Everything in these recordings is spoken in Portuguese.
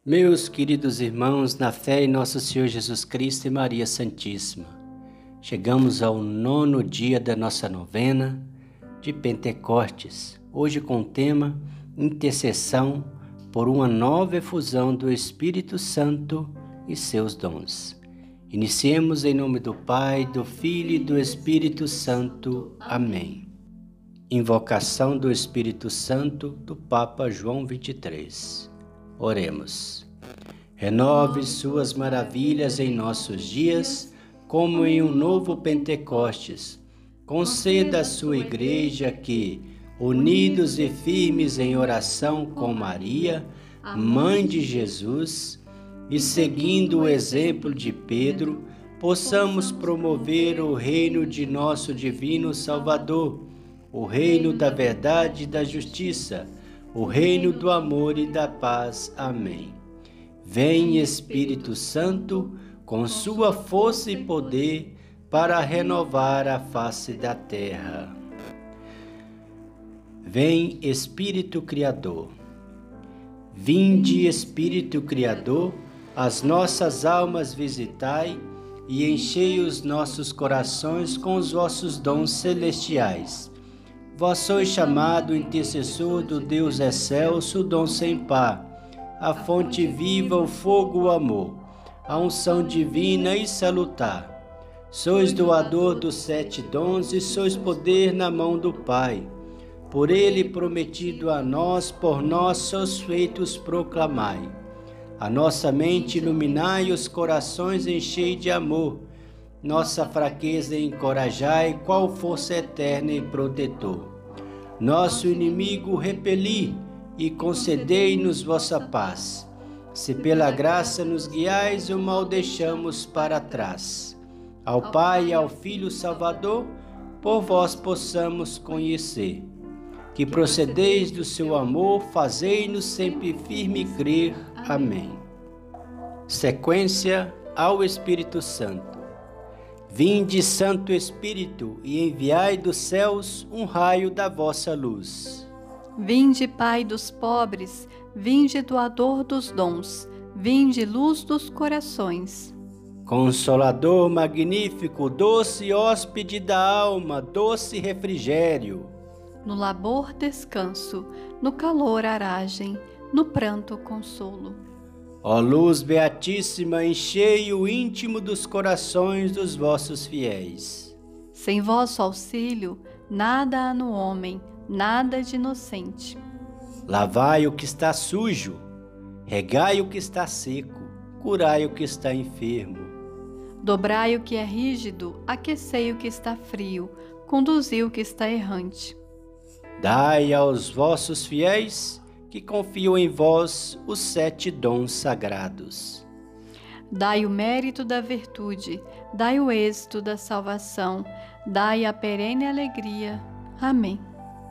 Meus queridos irmãos, na fé em nosso Senhor Jesus Cristo e Maria Santíssima, chegamos ao 9º dia da nossa novena de Pentecostes, hoje com o tema Intercessão por uma nova efusão do Espírito Santo e seus dons. Iniciemos em nome do Pai, do Filho e do Espírito Santo. Amém. Invocação do Espírito Santo do Papa João 23. Oremos. Renove suas maravilhas em nossos dias, como em um novo Pentecostes. Conceda à sua Igreja que, unidos e firmes em oração com Maria, Mãe de Jesus, e seguindo o exemplo de Pedro, possamos promover o reino de nosso divino Salvador, o reino da verdade e da justiça, o reino do amor e da paz. Amém. Vem, Espírito Santo, com sua força e poder, para renovar a face da terra. Vem, Espírito Criador. Vinde, Espírito Criador, as nossas almas visitai e enchei os nossos corações com os vossos dons celestiais. Vós sois chamado intercessor do Deus excelso, dom sem par, a fonte viva, o fogo, o amor, a unção divina e salutar. Sois doador dos 7 dons e sois poder na mão do Pai. Por ele prometido a nós, por nós seus feitos proclamai. A nossa mente iluminai, os corações enchei de amor. Nossa fraqueza encorajai, qual força eterna e protetor. Nosso inimigo repeli e concedei-nos vossa paz. Se pela graça nos guiais, o mal deixamos para trás. Ao Pai e ao Filho Salvador, por vós possamos conhecer. Que procedeis do seu amor, fazei-nos sempre firme crer. Amém. Sequência ao Espírito Santo. Vinde, Santo Espírito, e enviai dos céus um raio da vossa luz. Vinde, Pai dos pobres, vinde, doador dos dons, vinde, luz dos corações. Consolador magnífico, doce hóspede da alma, doce refrigério. No labor descanso, no calor aragem, no pranto consolo. Ó luz beatíssima, enchei o íntimo dos corações dos vossos fiéis. Sem vosso auxílio, nada há no homem, nada de inocente. Lavai o que está sujo, regai o que está seco, curai o que está enfermo. Dobrai o que é rígido, aquecei o que está frio, conduzi o que está errante. Dai aos vossos fiéis, que confiam em vós, os 7 dons sagrados. Dai o mérito da virtude, dai o êxito da salvação, dai a perene alegria. Amém.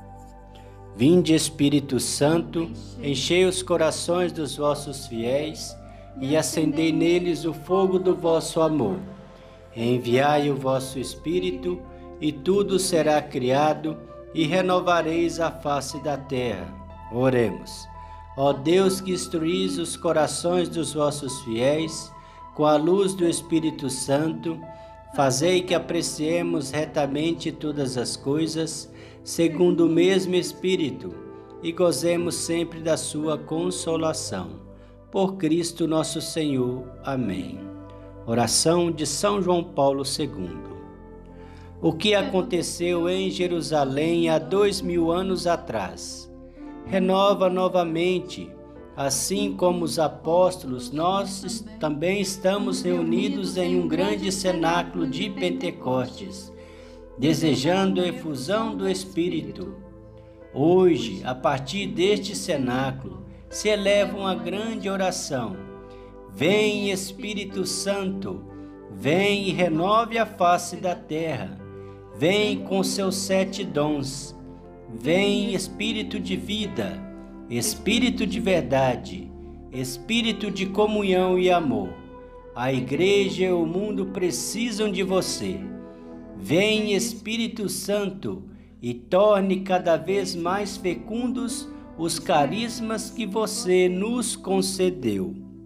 Vinde, Espírito Santo, enchei os corações dos vossos fiéis e acendei neles o fogo do vosso amor. Enviai o vosso Espírito, e tudo será criado, e renovareis a face da terra. Oremos. Ó Deus, que instruís os corações dos vossos fiéis com a luz do Espírito Santo, fazei que apreciemos retamente todas as coisas, segundo o mesmo Espírito, e gozemos sempre da sua consolação. Por Cristo nosso Senhor. Amém. Oração de São João Paulo II. O que aconteceu em Jerusalém há 2000 anos atrás? Renova novamente, assim como os apóstolos, nós também estamos reunidos em um grande cenáculo de Pentecostes, desejando a efusão do Espírito. Hoje, a partir deste cenáculo, se eleva uma grande oração. Vem, Espírito Santo, vem e renove a face da terra. Vem com seus 7 dons. Vem, Espírito de vida, Espírito de verdade, Espírito de comunhão e amor. A Igreja e o mundo precisam de você. Vem, Espírito Santo, e torne cada vez mais fecundos os carismas que você nos concedeu.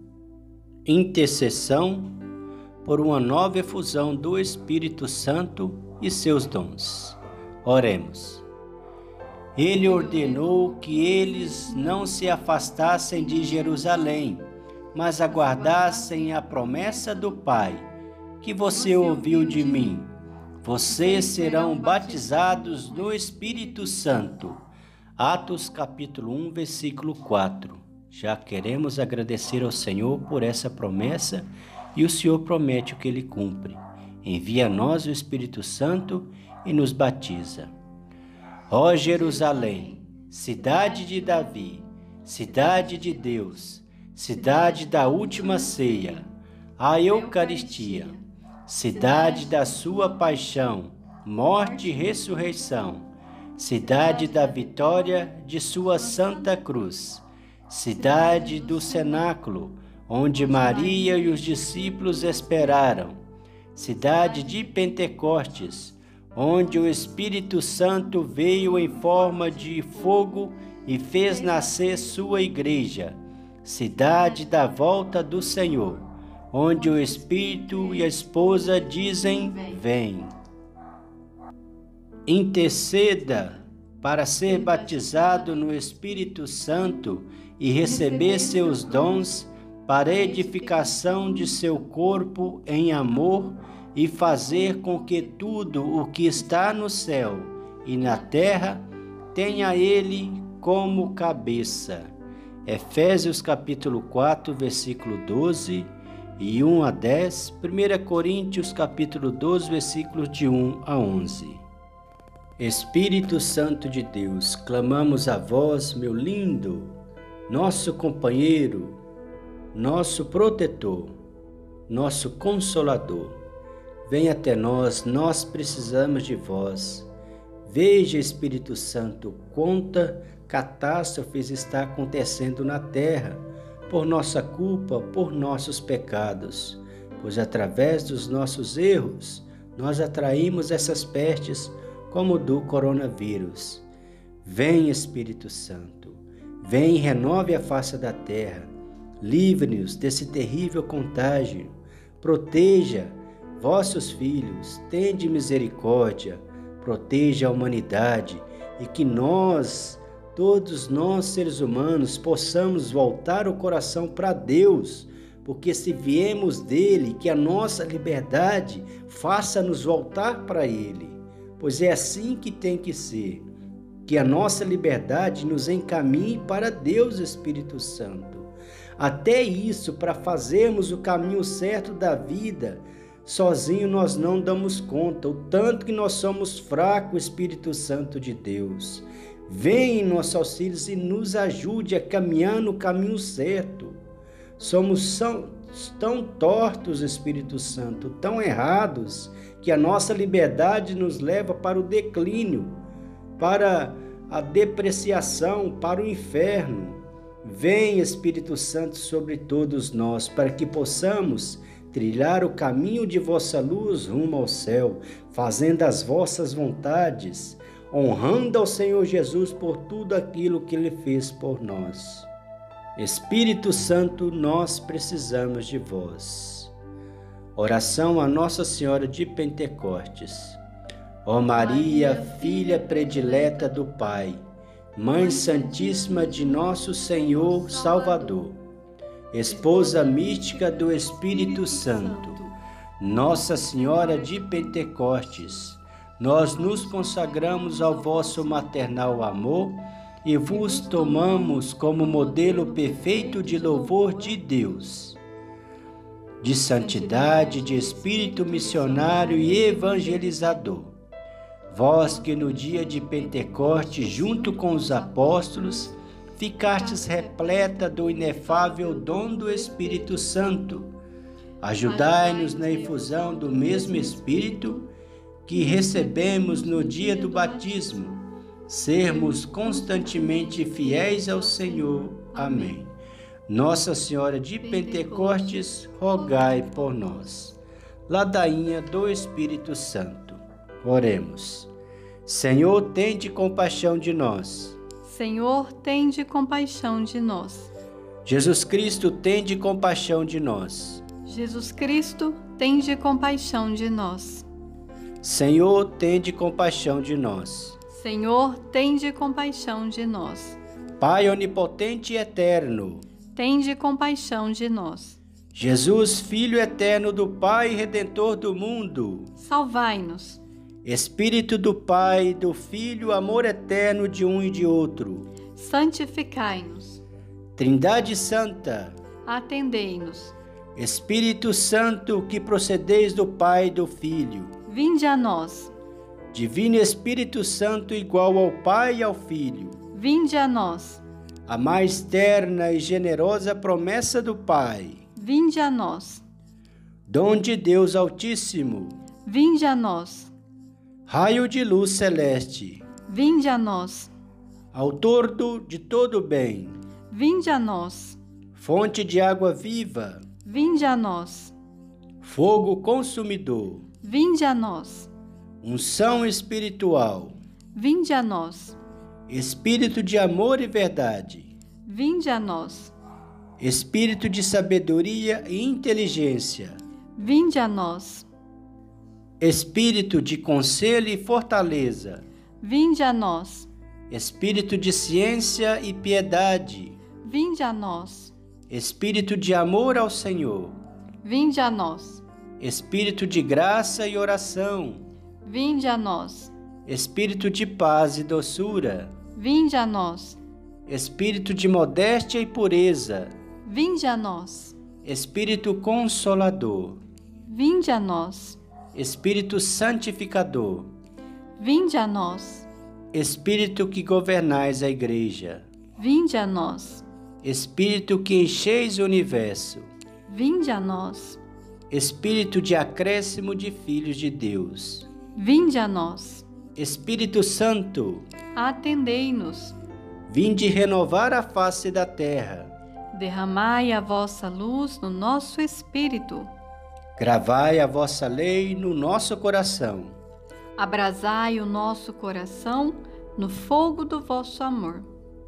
Intercessão por uma nova efusão do Espírito Santo e seus dons. Oremos. Ele ordenou que eles não se afastassem de Jerusalém, mas aguardassem a promessa do Pai, que você ouviu de mim. Vocês serão batizados no Espírito Santo. Atos capítulo 1, versículo 4. Já queremos agradecer ao Senhor por essa promessa e o Senhor promete o que Ele cumpre. Envia a nós o Espírito Santo e nos batiza. Ó Jerusalém, cidade de Davi, cidade de Deus, cidade da última ceia, a Eucaristia, cidade da sua paixão, morte e ressurreição, cidade da vitória de sua santa cruz, cidade do cenáculo, onde Maria e os discípulos esperaram, cidade de Pentecostes, onde o Espírito Santo veio em forma de fogo e fez nascer sua igreja, cidade da volta do Senhor, onde o Espírito e a esposa dizem: vem. Interceda para ser batizado no Espírito Santo e receber seus dons para a edificação de seu corpo em amor e fazer com que tudo o que está no céu e na terra tenha ele como cabeça. Efésios capítulo 4, versículo 12 e 1 a 10, 1 Coríntios capítulo 12, versículos de 1 a 11. Espírito Santo de Deus, clamamos a vós, meu lindo, nosso companheiro, nosso protetor, nosso consolador. Venha até nós, nós precisamos de vós. Veja, Espírito Santo, quanta catástrofes está acontecendo na terra, por nossa culpa, por nossos pecados, pois através dos nossos erros, nós atraímos essas pestes como do coronavírus. Vem, Espírito Santo, vem e renove a face da terra, livre-nos desse terrível contágio, proteja vossos filhos, tende misericórdia, proteja a humanidade e que nós, todos nós seres humanos, possamos voltar o coração para Deus, porque se viemos dele, que a nossa liberdade faça-nos voltar para ele, pois é assim que tem que ser, que a nossa liberdade nos encaminhe para Deus, Espírito Santo. Até isso, para fazermos o caminho certo da vida, sozinho nós não damos conta, o tanto que nós somos fracos, Espírito Santo de Deus. Vem em nossos auxílios e nos ajude a caminhar no caminho certo. Somos tão tortos, Espírito Santo, tão errados, que a nossa liberdade nos leva para o declínio, para a depreciação, para o inferno. Vem, Espírito Santo, sobre todos nós, para que possamos trilhar o caminho de vossa luz rumo ao céu, fazendo as vossas vontades, honrando ao Senhor Jesus por tudo aquilo que Ele fez por nós. Espírito Santo, nós precisamos de vós. Oração a Nossa Senhora de Pentecostes. Ó Maria, filha predileta do Pai, Mãe Santíssima de nosso Senhor Salvador, Esposa mística do Espírito Santo, Nossa Senhora de Pentecostes, nós nos consagramos ao vosso maternal amor e vos tomamos como modelo perfeito de louvor de Deus, de santidade, de espírito missionário e evangelizador. Vós que no dia de Pentecostes, junto com os apóstolos, ficastes repleta do inefável dom do Espírito Santo. Ajudai-nos na efusão do mesmo Espírito que recebemos no dia do batismo, sermos constantemente fiéis ao Senhor. Amém. Nossa Senhora de Pentecostes, rogai por nós. Ladainha do Espírito Santo. Oremos. Senhor, tende compaixão de nós. Senhor, tende compaixão de nós. Jesus Cristo, tende compaixão de nós. Jesus Cristo, tende compaixão de nós. Senhor, tende compaixão de nós. Senhor, tende compaixão de nós. Pai onipotente e eterno, tende compaixão de nós. Jesus, Filho eterno do Pai, Redentor do mundo, salvai-nos. Espírito do Pai e do Filho, amor eterno de um e de outro, santificai-nos. Trindade Santa, atendei-nos. Espírito Santo, que procedeis do Pai e do Filho, vinde a nós. Divino Espírito Santo, igual ao Pai e ao Filho, vinde a nós. A mais terna e generosa promessa do Pai, vinde a nós. Dom de Deus Altíssimo, vinde a nós. Raio de luz celeste, vinde a nós. Autor de todo bem, vinde a nós. Fonte de água viva, vinde a nós. Fogo consumidor, vinde a nós. Unção espiritual, vinde a nós. Espírito de amor e verdade, vinde a nós. Espírito de sabedoria e inteligência, vinde a nós. Espírito de conselho e fortaleza, vinde a nós. Espírito de ciência e piedade, vinde a nós. Espírito de amor ao Senhor, vinde a nós. Espírito de graça e oração, vinde a nós. Espírito de paz e doçura, vinde a nós. Espírito de modéstia e pureza, vinde a nós. Espírito consolador, vinde a nós. Espírito santificador, vinde a nós. Espírito que governais a Igreja, vinde a nós. Espírito que encheis o universo, vinde a nós. Espírito de acréscimo de filhos de Deus, vinde a nós. Espírito Santo, atendei-nos. vinde renovar a face da terra, derramai a vossa luz no nosso espírito, gravai a vossa lei no nosso coração, abrasai o nosso coração no fogo do vosso amor.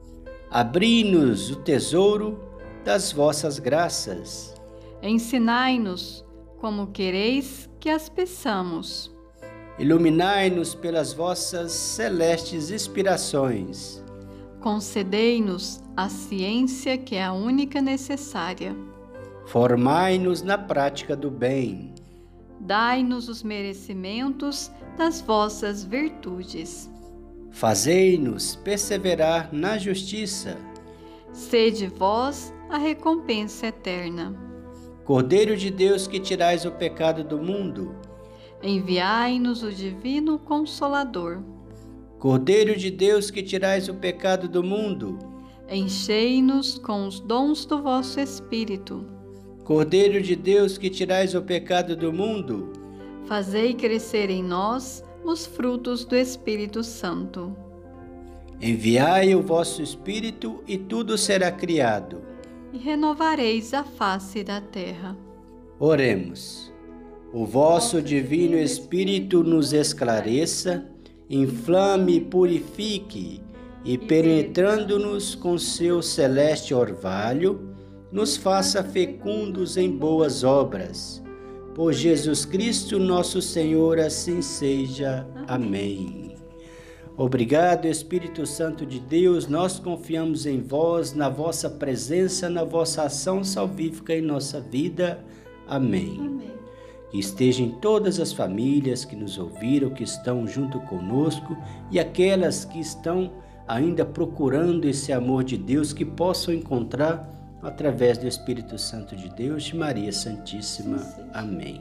Abri-nos o tesouro das vossas graças, ensinai-nos como quereis que as peçamos. Iluminai-nos pelas vossas celestes inspirações. Concedei-nos a ciência que é a única necessária. Formai-nos na prática do bem. Dai-nos os merecimentos das vossas virtudes. Fazei-nos perseverar na justiça. Sede vós a recompensa eterna. Cordeiro de Deus, que tirais o pecado do mundo, enviai-nos o Divino Consolador. Cordeiro de Deus, que tirais o pecado do mundo, enchei-nos com os dons do vosso Espírito. Cordeiro de Deus, que tirais o pecado do mundo, fazei crescer em nós os frutos do Espírito Santo. Enviai o vosso Espírito e tudo será criado, e renovareis a face da terra. Oremos. O vosso Divino Espírito nos esclareça, inflame e purifique, e penetrando-nos com seu celeste orvalho, nos faça fecundos em boas obras. Por Jesus Cristo nosso Senhor, assim seja. Amém. Obrigado, Espírito Santo de Deus, nós confiamos em vós, na vossa presença, na vossa ação salvífica em nossa vida. Amém. Amém. Que estejam todas as famílias que nos ouviram, que estão junto conosco e aquelas que estão ainda procurando esse amor de Deus, que possam encontrar através do Espírito Santo de Deus, de Maria Santíssima. Amém.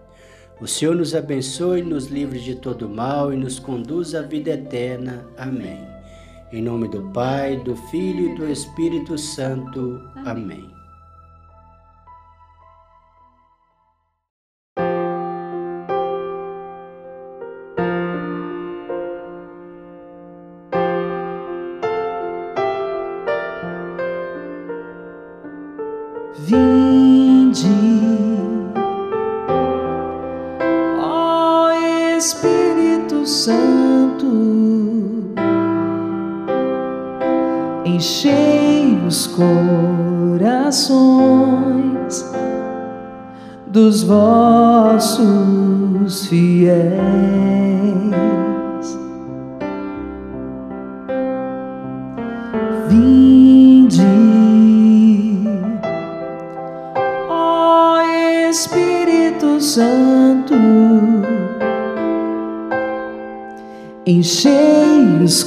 O Senhor nos abençoe, nos livre de todo mal e nos conduz à vida eterna. Amém. Em nome do Pai, do Filho e do Espírito Santo. Amém. Vinde, ó Espírito Santo, enchei os corações corações dos vossos fiéis. Vinde, ó Espírito Santo, enchei os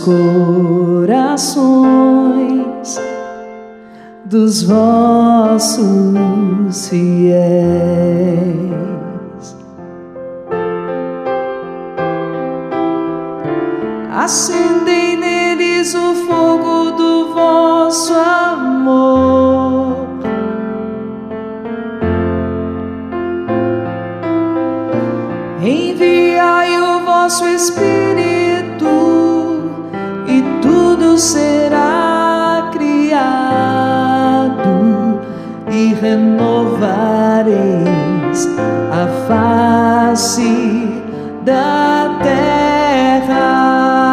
corações dos vossos fiéis. Acendei neles o fogo do vosso amor. Enviai o vosso Espírito e tudo será criado e renovareis a face da terra.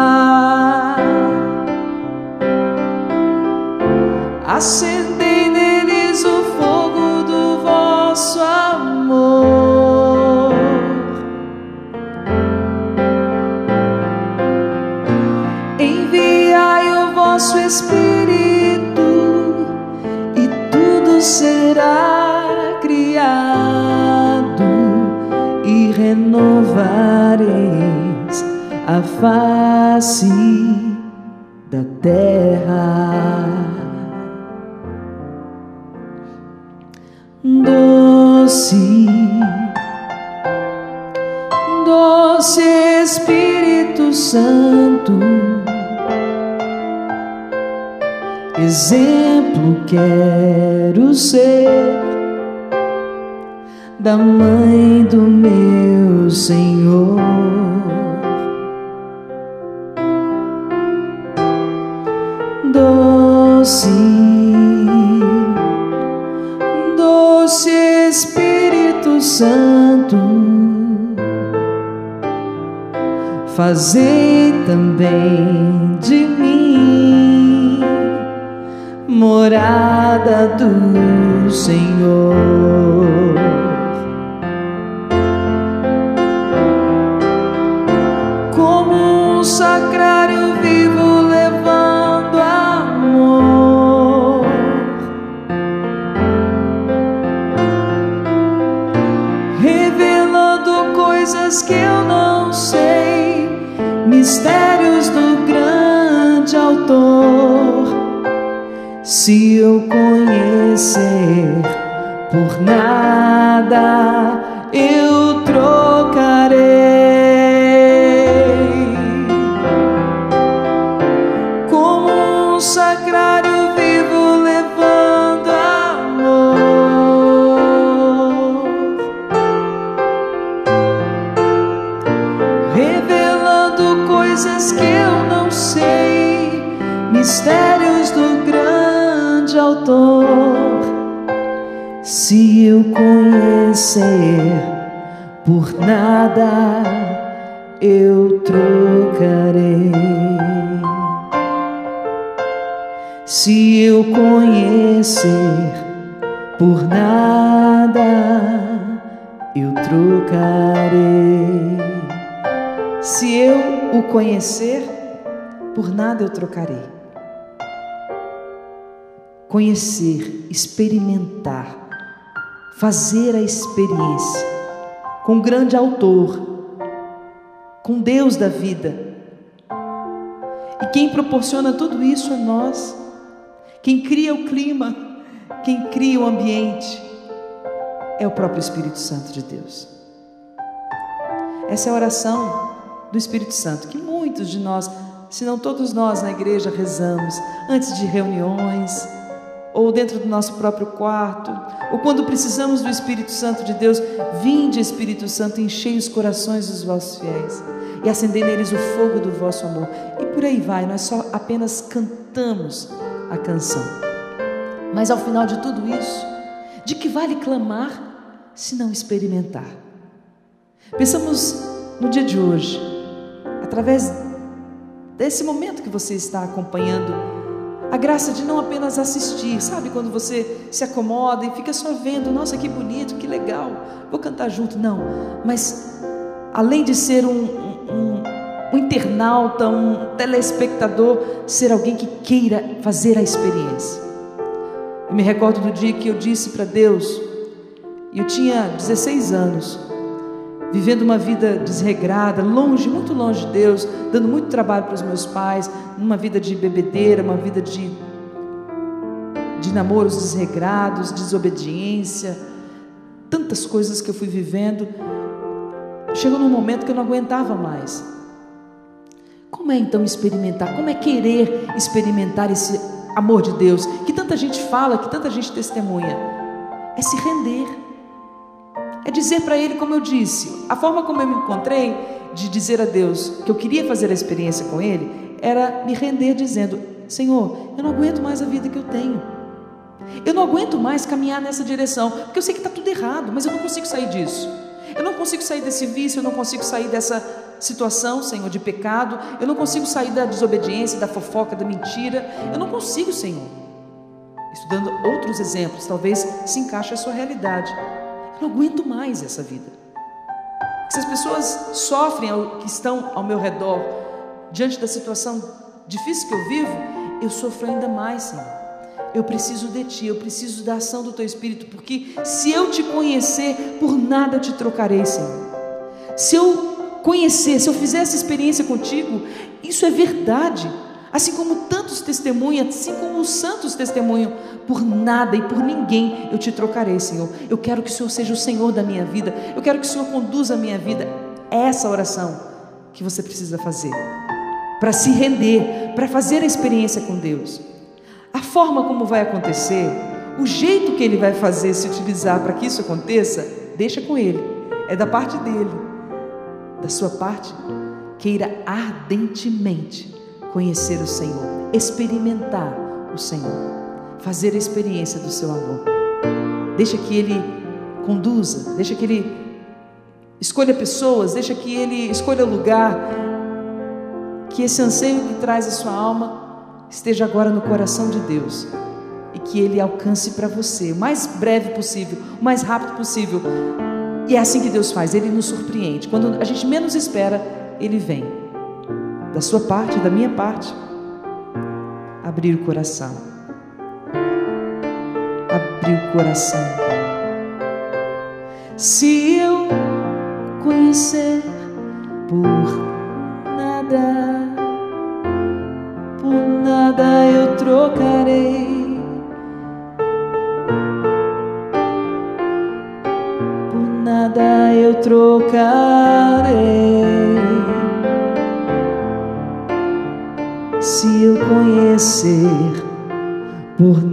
Acendei neles o fogo do vosso amor. Enviai o vosso Espírito e tudo será criado e renovareis a face da terra. Doce, doce Espírito Santo, exemplo quero ser da mãe do meu Senhor. Doce, doce Espírito Santo, fazei também de mim morada do Senhor. Como um sacrário vivo levando amor, revelando coisas que eu não sei, mistérios do grande autor. Se eu conhecer, por nada eu trocarei. Como um sacrário vivo levando amor, revelando coisas que eu não sei, mistérios do grande autor. Se eu conhecer, por nada eu trocarei. Se eu conhecer, por nada eu trocarei. Se eu o conhecer, por nada eu trocarei. Conhecer, experimentar, fazer a experiência com o grande autor, com Deus da vida. E quem proporciona tudo isso é nós. Quem cria o clima, quem cria o ambiente é o próprio Espírito Santo de Deus. Essa é a oração do Espírito Santo que muitos de nós, se não todos nós na igreja, rezamos antes de reuniões, ou dentro do nosso próprio quarto, ou quando precisamos do Espírito Santo de Deus. Vinde, Espírito Santo, enchei os corações dos vossos fiéis e acendei neles o fogo do vosso amor. E por aí vai, nós só apenas cantamos a canção. Mas ao final de tudo isso, de que vale clamar se não experimentar? Pensamos no dia de hoje, através desse momento que você está acompanhando A graça de não apenas assistir, sabe? Quando você se acomoda e fica só vendo, nossa, que bonito, que legal, vou cantar junto. Não, mas além de ser um internauta, um telespectador, ser alguém que queira fazer a experiência. Eu me recordo do dia que eu disse para Deus, eu tinha 16 anos, vivendo uma vida desregrada, longe, muito longe de Deus, dando muito trabalho para os meus pais, uma vida de bebedeira, uma vida de namoros desregrados, desobediência, tantas coisas que eu fui vivendo. Chegou num momento que eu não aguentava mais. Como é então experimentar? Como é querer experimentar esse amor de Deus, que tanta gente fala, que tanta gente testemunha? É se render. É dizer para Ele, como eu disse, a forma como eu me encontrei de dizer a Deus que eu queria fazer a experiência com Ele, era me render dizendo: Senhor, eu não aguento mais a vida que eu tenho, eu não aguento mais caminhar nessa direção, porque eu sei que está tudo errado, mas eu não consigo sair disso, eu não consigo sair desse vício, eu não consigo sair dessa situação, Senhor, de pecado, eu não consigo sair da desobediência, da fofoca, da mentira, eu não consigo, Senhor. Estudando outros exemplos, talvez se encaixe a sua realidade. Eu não aguento mais essa vida. Se as pessoas sofrem, que estão ao meu redor, diante da situação difícil que eu vivo, eu sofro ainda mais, Senhor. Eu preciso de Ti, eu preciso da ação do Teu Espírito, porque se eu Te conhecer, por nada eu Te trocarei, Senhor. Se eu conhecer, se eu fizer essa experiência contigo, isso é verdade. Assim como tantos testemunham, assim como os santos testemunham, por nada e por ninguém eu Te trocarei, Senhor. Eu quero que o Senhor seja o Senhor da minha vida, eu quero que o Senhor conduza a minha vida. É essa oração que você precisa fazer, para se render, para fazer a experiência com Deus. A forma como vai acontecer, o jeito que Ele vai fazer, se utilizar para que isso aconteça, deixa com Ele, é da parte dEle. Da sua parte, queira ardentemente conhecer o Senhor, experimentar o Senhor, fazer a experiência do seu amor. Deixa que Ele conduza, deixa que Ele escolha pessoas, deixa que Ele escolha lugar, que esse anseio que traz a sua alma esteja agora no coração de Deus e que Ele alcance para você o mais breve possível, o mais rápido possível. E é assim que Deus faz, Ele nos surpreende. Quando a gente menos espera, Ele vem. Da sua parte, da minha parte, abrir o coração. Abrir o coração. Se eu conhecer por nada eu trocarei. Nada eu trocarei. Se eu conhecer, por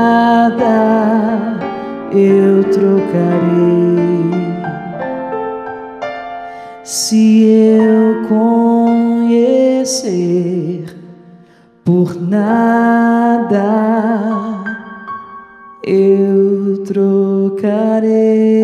nada eu trocarei. Se eu conhecer, por nada eu trocarei.